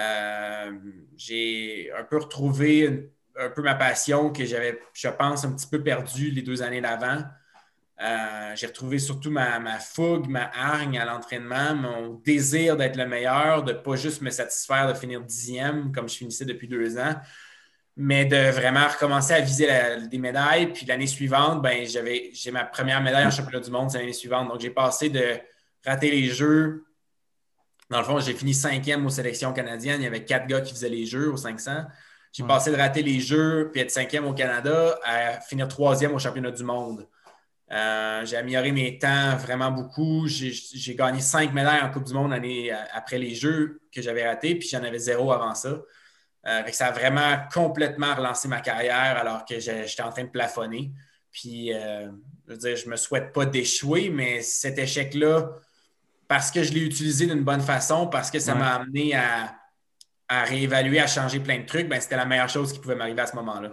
J'ai un peu retrouvé un peu ma passion que j'avais, je pense, un petit peu perdue les 2 années d'avant. J'ai retrouvé surtout ma fougue, ma hargne à l'entraînement, mon désir d'être le meilleur, de ne pas juste me satisfaire de finir 10e comme je finissais depuis 2 ans, mais de vraiment recommencer à viser des médailles. Puis l'année suivante, ben, j'ai ma première médaille en championnat du monde, c'est l'année suivante. Donc, j'ai passé de rater les Jeux. Dans le fond, j'ai fini 5e aux sélections canadiennes. Il y avait 4 gars qui faisaient les Jeux aux 500. J'ai passé de rater les Jeux puis être 5e au Canada à finir 3e au championnat du monde. J'ai amélioré mes temps vraiment beaucoup. J'ai gagné 5 médailles en Coupe du Monde après les Jeux que j'avais ratés, puis j'en avais 0 avant ça. Ça a vraiment complètement relancé ma carrière alors que j'étais en train de plafonner. Puis, je veux dire, je ne me souhaite pas d'échouer, mais cet échec-là, parce que je l'ai utilisé d'une bonne façon, parce que ça m'a amené à réévaluer, à changer plein de trucs, ben, c'était la meilleure chose qui pouvait m'arriver à ce moment-là.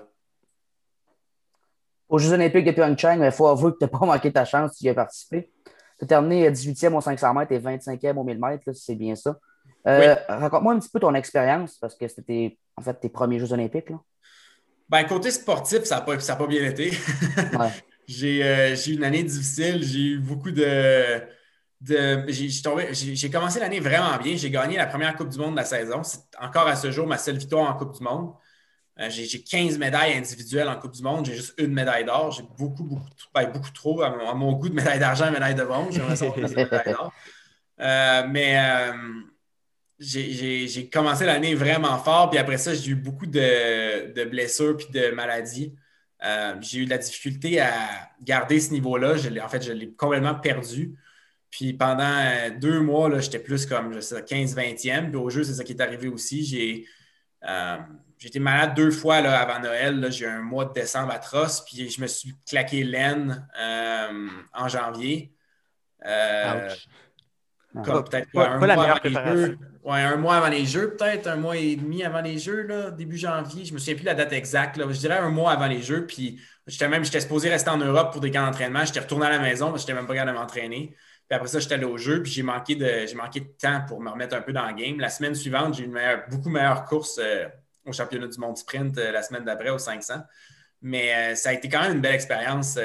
Aux Jeux olympiques de Pyeongchang, il faut avouer que tu n'as pas manqué ta chance, tu y as participé. Tu as terminé 18e au 500 mètres et 25e au 1000 mètres, là, c'est bien ça. Oui. Raconte-moi un petit peu ton expérience, parce que c'était en fait tes premiers Jeux olympiques. Là. Ben, côté sportif, ça n'a pas bien été. Ouais. J'ai eu une année difficile. J'ai eu beaucoup j'ai commencé l'année vraiment bien. J'ai gagné la première Coupe du monde de la saison. C'est encore à ce jour ma seule victoire en Coupe du monde. J'ai 15 médailles individuelles en Coupe du monde. J'ai juste une médaille d'or. J'ai beaucoup trop à mon goût de médaille d'argent et médaille de bronze. J'aimerais savoir plus de médaille d'or. J'ai commencé l'année vraiment fort. Puis après ça, j'ai eu beaucoup de blessures puis de maladies. J'ai eu de la difficulté à garder ce niveau-là. Je l'ai complètement perdu. Puis pendant 2 mois, là, j'étais plus comme 15-20e. Puis au jeu, c'est ça qui est arrivé aussi. J'ai été malade 2 fois là, avant Noël. Là. J'ai eu un mois de décembre atroce. Puis je me suis claqué l'aine en janvier. Comme peut-être un mois avant les Jeux. Ouais, un mois avant les Jeux, peut-être. 1 mois et demi avant les Jeux, là, début janvier. Je ne me souviens plus de la date exacte. Là. Je dirais 1 mois avant les Jeux. Puis j'étais supposé rester en Europe pour des camps d'entraînement. J'étais retourné à la maison parce que je n'étais même pas capable de m'entraîner. Puis après ça, j'étais allé au jeu, puis j'ai manqué de temps pour me remettre un peu dans le game. La semaine suivante, j'ai eu une beaucoup meilleure course au championnat du monde sprint la semaine d'après, au 500. Mais ça a été quand même une belle expérience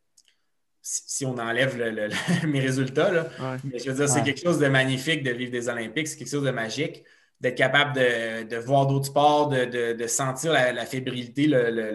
si on enlève mes résultats. Là. Ouais. Mais je veux dire, c'est quelque chose de magnifique de vivre des Olympiques. C'est quelque chose de magique. D'être capable de voir d'autres sports, de sentir la fébrilité,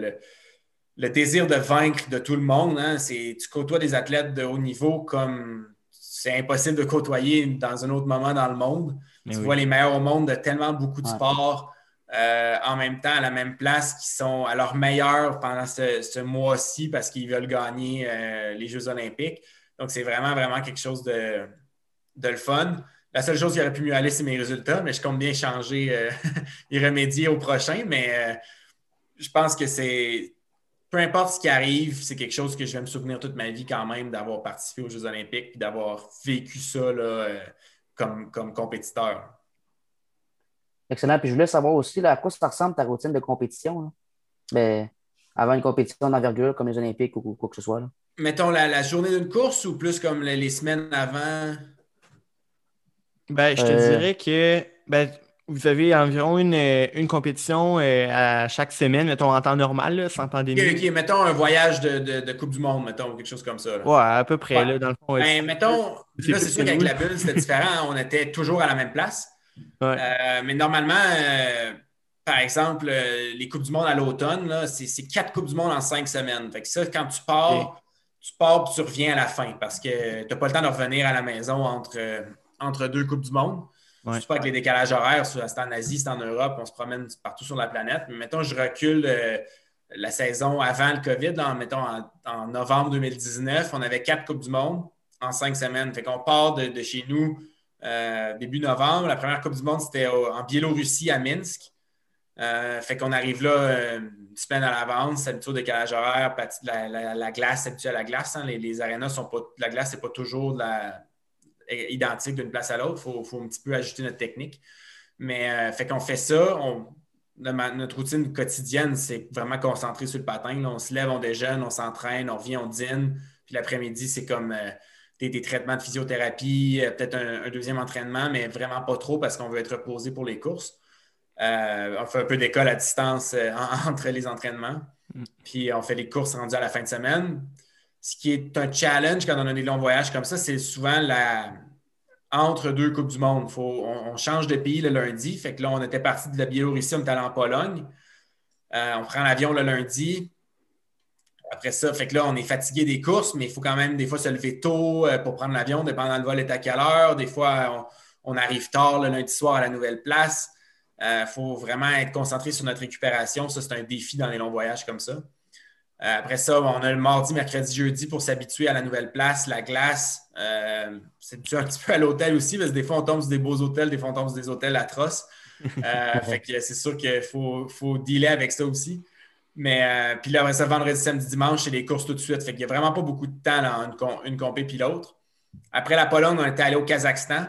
le désir de vaincre de tout le monde. Hein. Tu côtoies des athlètes de haut niveau comme c'est impossible de côtoyer dans un autre moment dans le monde. Mais tu vois les meilleurs au monde de tellement beaucoup de sports en même temps à la même place qui sont à leur meilleur pendant ce mois-ci parce qu'ils veulent gagner les Jeux olympiques. Donc, c'est vraiment, vraiment quelque chose de le fun. La seule chose qui aurait pu mieux aller, c'est mes résultats, mais je compte bien changer et remédier au prochain. Mais je pense que peu importe ce qui arrive, c'est quelque chose que je vais me souvenir toute ma vie quand même d'avoir participé aux Jeux olympiques et d'avoir vécu ça là, comme compétiteur. Excellent. Puis je voulais savoir aussi à quoi ça ressemble ta routine de compétition. Là? Mais avant une compétition d'envergure comme les Olympiques ou quoi que ce soit. Là. Mettons la journée d'une course ou plus comme les semaines avant? Ben, je te dirais que vous avez environ une compétition à chaque semaine, mettons en temps normal, là, sans pandémie. OK, mettons un voyage de Coupe du Monde, mettons, quelque chose comme ça. Là. Ouais, à peu près, là, dans le fond. Mettons, là, c'est sûr qu'avec la bulle, c'était différent. On était toujours à la même place. Ouais. Mais normalement, par exemple, les Coupes du Monde à l'automne, là, c'est 4 Coupes du Monde en 5 semaines. Fait que ça, quand tu pars et tu reviens à la fin parce que tu n'as pas le temps de revenir à la maison entre 2 Coupes du Monde. Ouais. Surtout avec les décalages horaires, c'est en Asie, c'est en Europe, on se promène partout sur la planète. Mais mettons, je recule la saison avant le COVID, là, mettons en novembre 2019, on avait 4 Coupes du Monde en 5 semaines. Fait qu'on part de chez nous début novembre. La première Coupe du Monde, c'était en Biélorussie, à Minsk. Fait qu'on arrive là une semaine à l'avance, habitué au décalage horaire, la glace, habitué à la glace. Hein. Les arénas sont pas. La glace, c'est pas toujours identique d'une place à l'autre. Il faut un petit peu ajuster notre technique. Mais fait qu'on fait ça. Notre routine quotidienne, c'est vraiment concentré sur le patin. Là. On se lève, on déjeune, on s'entraîne, on revient, on dîne. Puis l'après-midi, c'est comme des traitements de physiothérapie, peut-être un deuxième entraînement, mais vraiment pas trop parce qu'on veut être reposé pour les courses. On fait un peu d'école à distance entre les entraînements. Puis on fait les courses rendues à la fin de semaine. Ce qui est un challenge quand on a des longs voyages comme ça, c'est souvent entre 2 Coupes du Monde. On change de pays le lundi. Fait que là, on était parti de la Biélorussie, on est allé en Pologne. On prend l'avion le lundi. Après ça, fait que là, on est fatigué des courses, mais il faut quand même des fois se lever tôt pour prendre l'avion, dépendant le vol est à quelle heure. Des fois, on arrive tard le lundi soir à la nouvelle place. Faut vraiment être concentré sur notre récupération. Ça, c'est un défi dans les longs voyages comme ça. Après ça, on a le mardi, mercredi, jeudi pour s'habituer à la nouvelle place, la glace. C'est dû un petit peu à l'hôtel aussi, parce que des fois, on tombe sur des beaux hôtels, des fois, on tombe sur des hôtels atroces. Fait que c'est sûr qu'il faut dealer avec ça aussi. Mais puis là, après ça, vendredi, samedi, dimanche, c'est les courses tout de suite. Fait qu'il n'y a vraiment pas beaucoup de temps là, une compé puis l'autre. Après la Pologne, on était allé au Kazakhstan,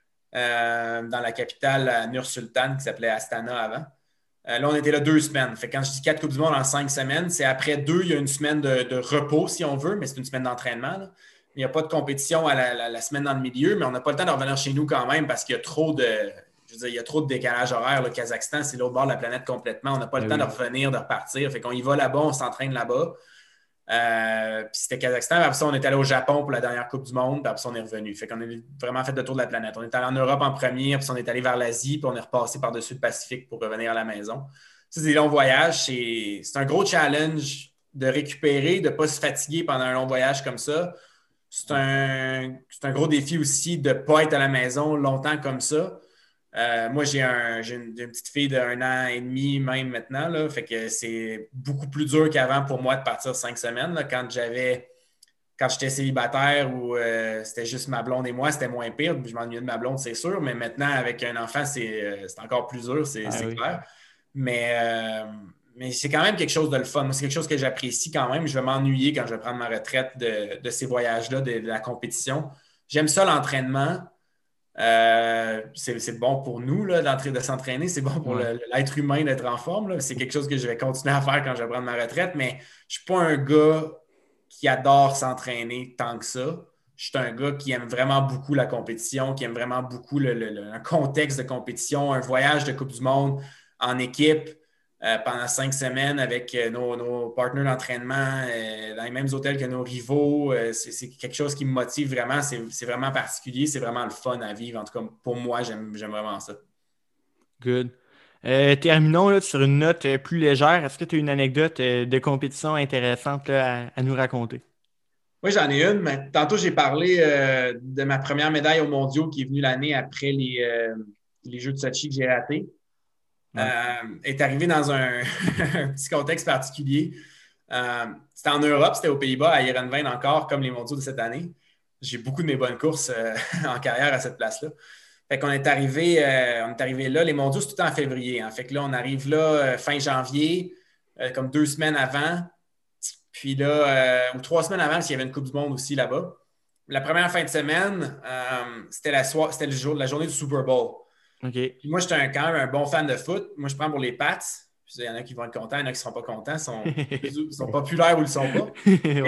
dans la capitale Nur-Sultan, qui s'appelait Astana avant. Là, on était là 2 semaines. Fait que quand je dis 4 Coupes du Monde en 5 semaines, c'est après 2, il y a une semaine de repos, si on veut, mais c'est une semaine d'entraînement. Là. Il n'y a pas de compétition à la semaine dans le milieu, mais on n'a pas le temps de revenir chez nous quand même parce qu'il y a trop de. Je veux dire, il y a trop de décalage horaire. Le Kazakhstan, c'est l'autre bord de la planète complètement. On n'a pas le temps de revenir, de repartir. Fait qu'on y va là-bas, on s'entraîne là-bas. Puis c'était Kazakhstan. Après ça, on est allé au Japon pour la dernière Coupe du Monde. Puis après ça, on est revenu. Fait qu'on a vraiment fait le tour de la planète. On est allé en Europe en premier, puis on est allé vers l'Asie, puis on est repassé par-dessus le Pacifique pour revenir à la maison. Ça, c'est des longs voyages. C'est un gros challenge de récupérer, de ne pas se fatiguer pendant un long voyage comme ça. C'est un gros défi aussi de ne pas être à la maison longtemps comme ça. Moi, j'ai une petite fille d'1 an et demi même maintenant. Là, fait que c'est beaucoup plus dur qu'avant pour moi de partir 5 semaines. Là, quand j'étais célibataire ou c'était juste ma blonde et moi, c'était moins pire. Je m'ennuyais de ma blonde, c'est sûr. Mais maintenant, avec un enfant, c'est encore plus dur, c'est clair. Mais c'est quand même quelque chose de le fun. Moi, c'est quelque chose que j'apprécie quand même. Je vais m'ennuyer quand je vais prendre ma retraite de ces voyages-là, de la compétition. J'aime ça, l'entraînement. C'est bon pour nous là, de s'entraîner. C'est bon pour l'être humain d'être en forme. Là. C'est quelque chose que je vais continuer à faire quand je vais prendre ma retraite. Mais je ne suis pas un gars qui adore s'entraîner tant que ça. Je suis un gars qui aime vraiment beaucoup la compétition, qui aime vraiment beaucoup le contexte de compétition, un voyage de Coupe du Monde en équipe pendant 5 semaines avec nos partenaires d'entraînement dans les mêmes hôtels que nos rivaux. C'est quelque chose qui me motive vraiment. C'est vraiment particulier. C'est vraiment le fun à vivre. En tout cas, pour moi, j'aime vraiment ça. Good. Terminons là, sur une note plus légère. Est-ce que tu as une anecdote de compétition intéressante là, à nous raconter? Oui, j'en ai une, mais tantôt, j'ai parlé de ma première médaille aux mondiaux qui est venue l'année après les Jeux de Sochi que j'ai ratés. Est arrivé dans un petit contexte particulier. C'était en Europe, c'était aux Pays-Bas, à Heerenveen encore, comme les mondiaux de cette année. J'ai beaucoup de mes bonnes courses en carrière à cette place-là. Fait qu'on est arrivé là. Les mondiaux, c'est tout le temps en février. Hein. Fait que là, on arrive là fin janvier, comme 2 semaines avant. Puis là, ou 3 semaines avant, parce qu'il y avait une Coupe du Monde aussi là-bas. La première fin de semaine, c'était la journée du Super Bowl. Okay. Puis moi, j'étais quand même un bon fan de foot. Moi, je prends pour les Pats. Il y en a qui vont être contents, il y en a qui ne seront pas contents. Ils sont populaires ou ils ne le sont pas.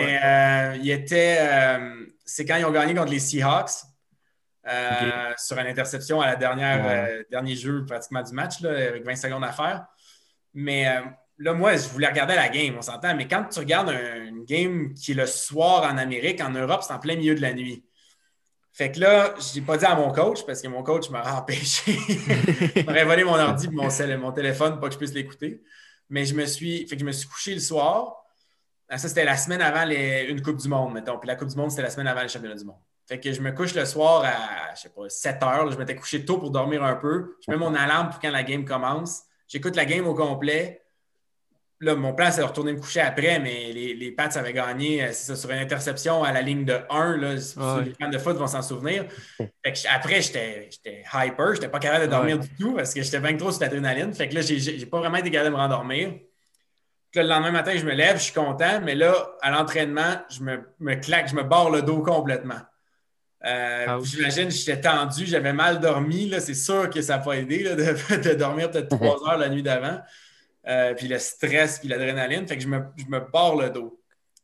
Mais c'est quand ils ont gagné contre les Seahawks sur une interception à la dernier jeu pratiquement du match, là, avec 20 secondes à faire. Mais là, moi, je voulais regarder la game, on s'entend. Mais quand tu regardes une game qui est le soir en Amérique, en Europe, c'est en plein milieu de la nuit. Fait que là, je n'ai pas dit à mon coach parce que mon coach m'aurait empêché. Il m'aurait volé mon ordi et mon téléphone pour pas que je puisse l'écouter. Mais je me suis couché le soir. Ça, c'était la semaine avant une Coupe du Monde, mettons. Puis la Coupe du Monde, c'était la semaine avant les championnats du monde. Fait que je me couche le soir à, 7 heures. Là, je m'étais couché tôt pour dormir un peu. Je mets mon alarme pour quand la game commence. J'écoute la game au complet. là, mon plan, c'est de retourner me coucher après, mais les Pats avaient gagné, c'est ça, sur une interception à la ligne de 1. Là, les fans de foot vont s'en souvenir. Fait que après, j'étais hyper. J'étais pas capable de dormir du tout parce que j'étais bien trop sur l'adrénaline. Fait que là, j'ai pas vraiment été capable de me rendormir. Là, le lendemain matin, je me lève, je suis content, mais là, à l'entraînement, je me claque, je me barre le dos complètement. J'imagine, j'étais tendu, j'avais mal dormi. Là, c'est sûr que ça n'a pas aidé là, de dormir peut-être 3 heures la nuit d'avant. Puis le stress, puis l'adrénaline. Fait que je me barre le dos.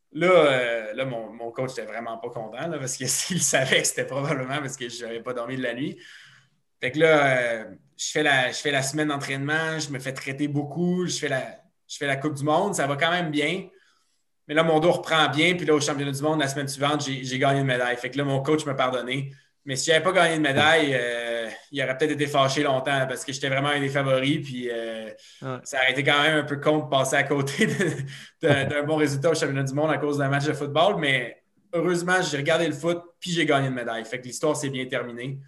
Là, mon coach n'était vraiment pas content là, parce que s'il savait que c'était probablement parce que je n'avais pas dormi de la nuit. Fait que là, je fais la semaine d'entraînement, je me fais traiter beaucoup, je fais la Coupe du Monde, ça va quand même bien. Mais là, mon dos reprend bien. Puis là, au championnat du monde, la semaine suivante, j'ai gagné une médaille. Fait que là, mon coach m'a pardonné. Mais si je n'avais pas gagné de médaille, il aurait peut-être été fâché longtemps parce que j'étais vraiment un des favoris. Puis ça aurait été quand même un peu con de passer à côté d'un bon résultat au championnat du monde à cause d'un match de football. Mais heureusement, j'ai regardé le foot puis j'ai gagné une médaille. Fait que l'histoire s'est bien terminée.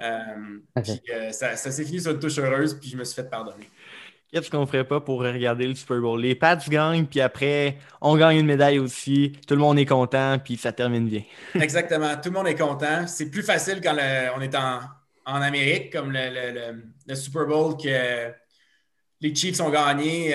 Puis ça s'est fini sur une touche heureuse puis je me suis fait pardonner. Qu'est-ce qu'on ferait pas pour regarder le Super Bowl? Les Pats gagnent, puis après, on gagne une médaille aussi. Tout le monde est content, puis ça termine bien. Exactement. Tout le monde est content. C'est plus facile quand on est en Amérique, comme le Super Bowl, que les Chiefs ont gagné,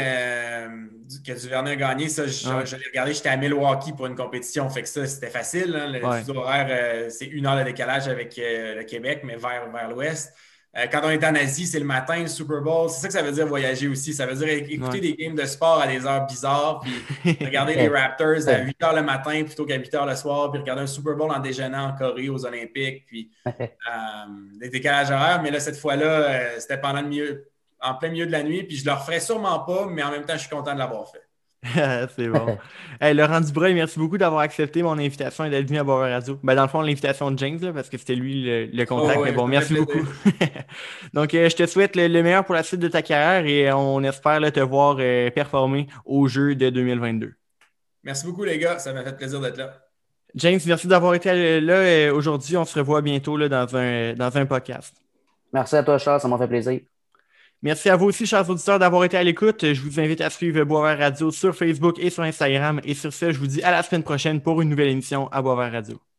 que Duvernay a gagné. Ça, je l'ai regardé. J'étais à Milwaukee pour une compétition. Fait que ça, c'était facile. Hein. Le fuseau horaire, c'est 1 heure de décalage avec le Québec, mais vers l'ouest. Quand on est en Asie, c'est le matin, le Super Bowl. C'est ça que ça veut dire voyager aussi. Ça veut dire écouter des games de sport à des heures bizarres, puis regarder les Raptors à 8 heures le matin plutôt qu'à 8 heures le soir, puis regarder un Super Bowl en déjeunant en Corée aux Olympiques, puis des décalages horaires. Mais là, cette fois-là, c'était en plein milieu de la nuit, puis je le referais sûrement pas, mais en même temps, je suis content de l'avoir fait. C'est bon. Hey, Laurent Dubreuil, merci beaucoup d'avoir accepté mon invitation et d'être venu à Boisvert Radio. Ben, dans le fond, l'invitation de James, là, parce que c'était lui le contact. Mais bon, merci beaucoup. Donc, je te souhaite le meilleur pour la suite de ta carrière et on espère te voir performer aux Jeux de 2022. Merci beaucoup, les gars. Ça m'a fait plaisir d'être là. James, merci d'avoir été là aujourd'hui. On se revoit bientôt là, dans un podcast. Merci à toi, Charles. Ça m'a fait plaisir. Merci à vous aussi, chers auditeurs, d'avoir été à l'écoute. Je vous invite à suivre Boisvert Radio sur Facebook et sur Instagram. Et sur ce, je vous dis à la semaine prochaine pour une nouvelle émission à Boisvert Radio.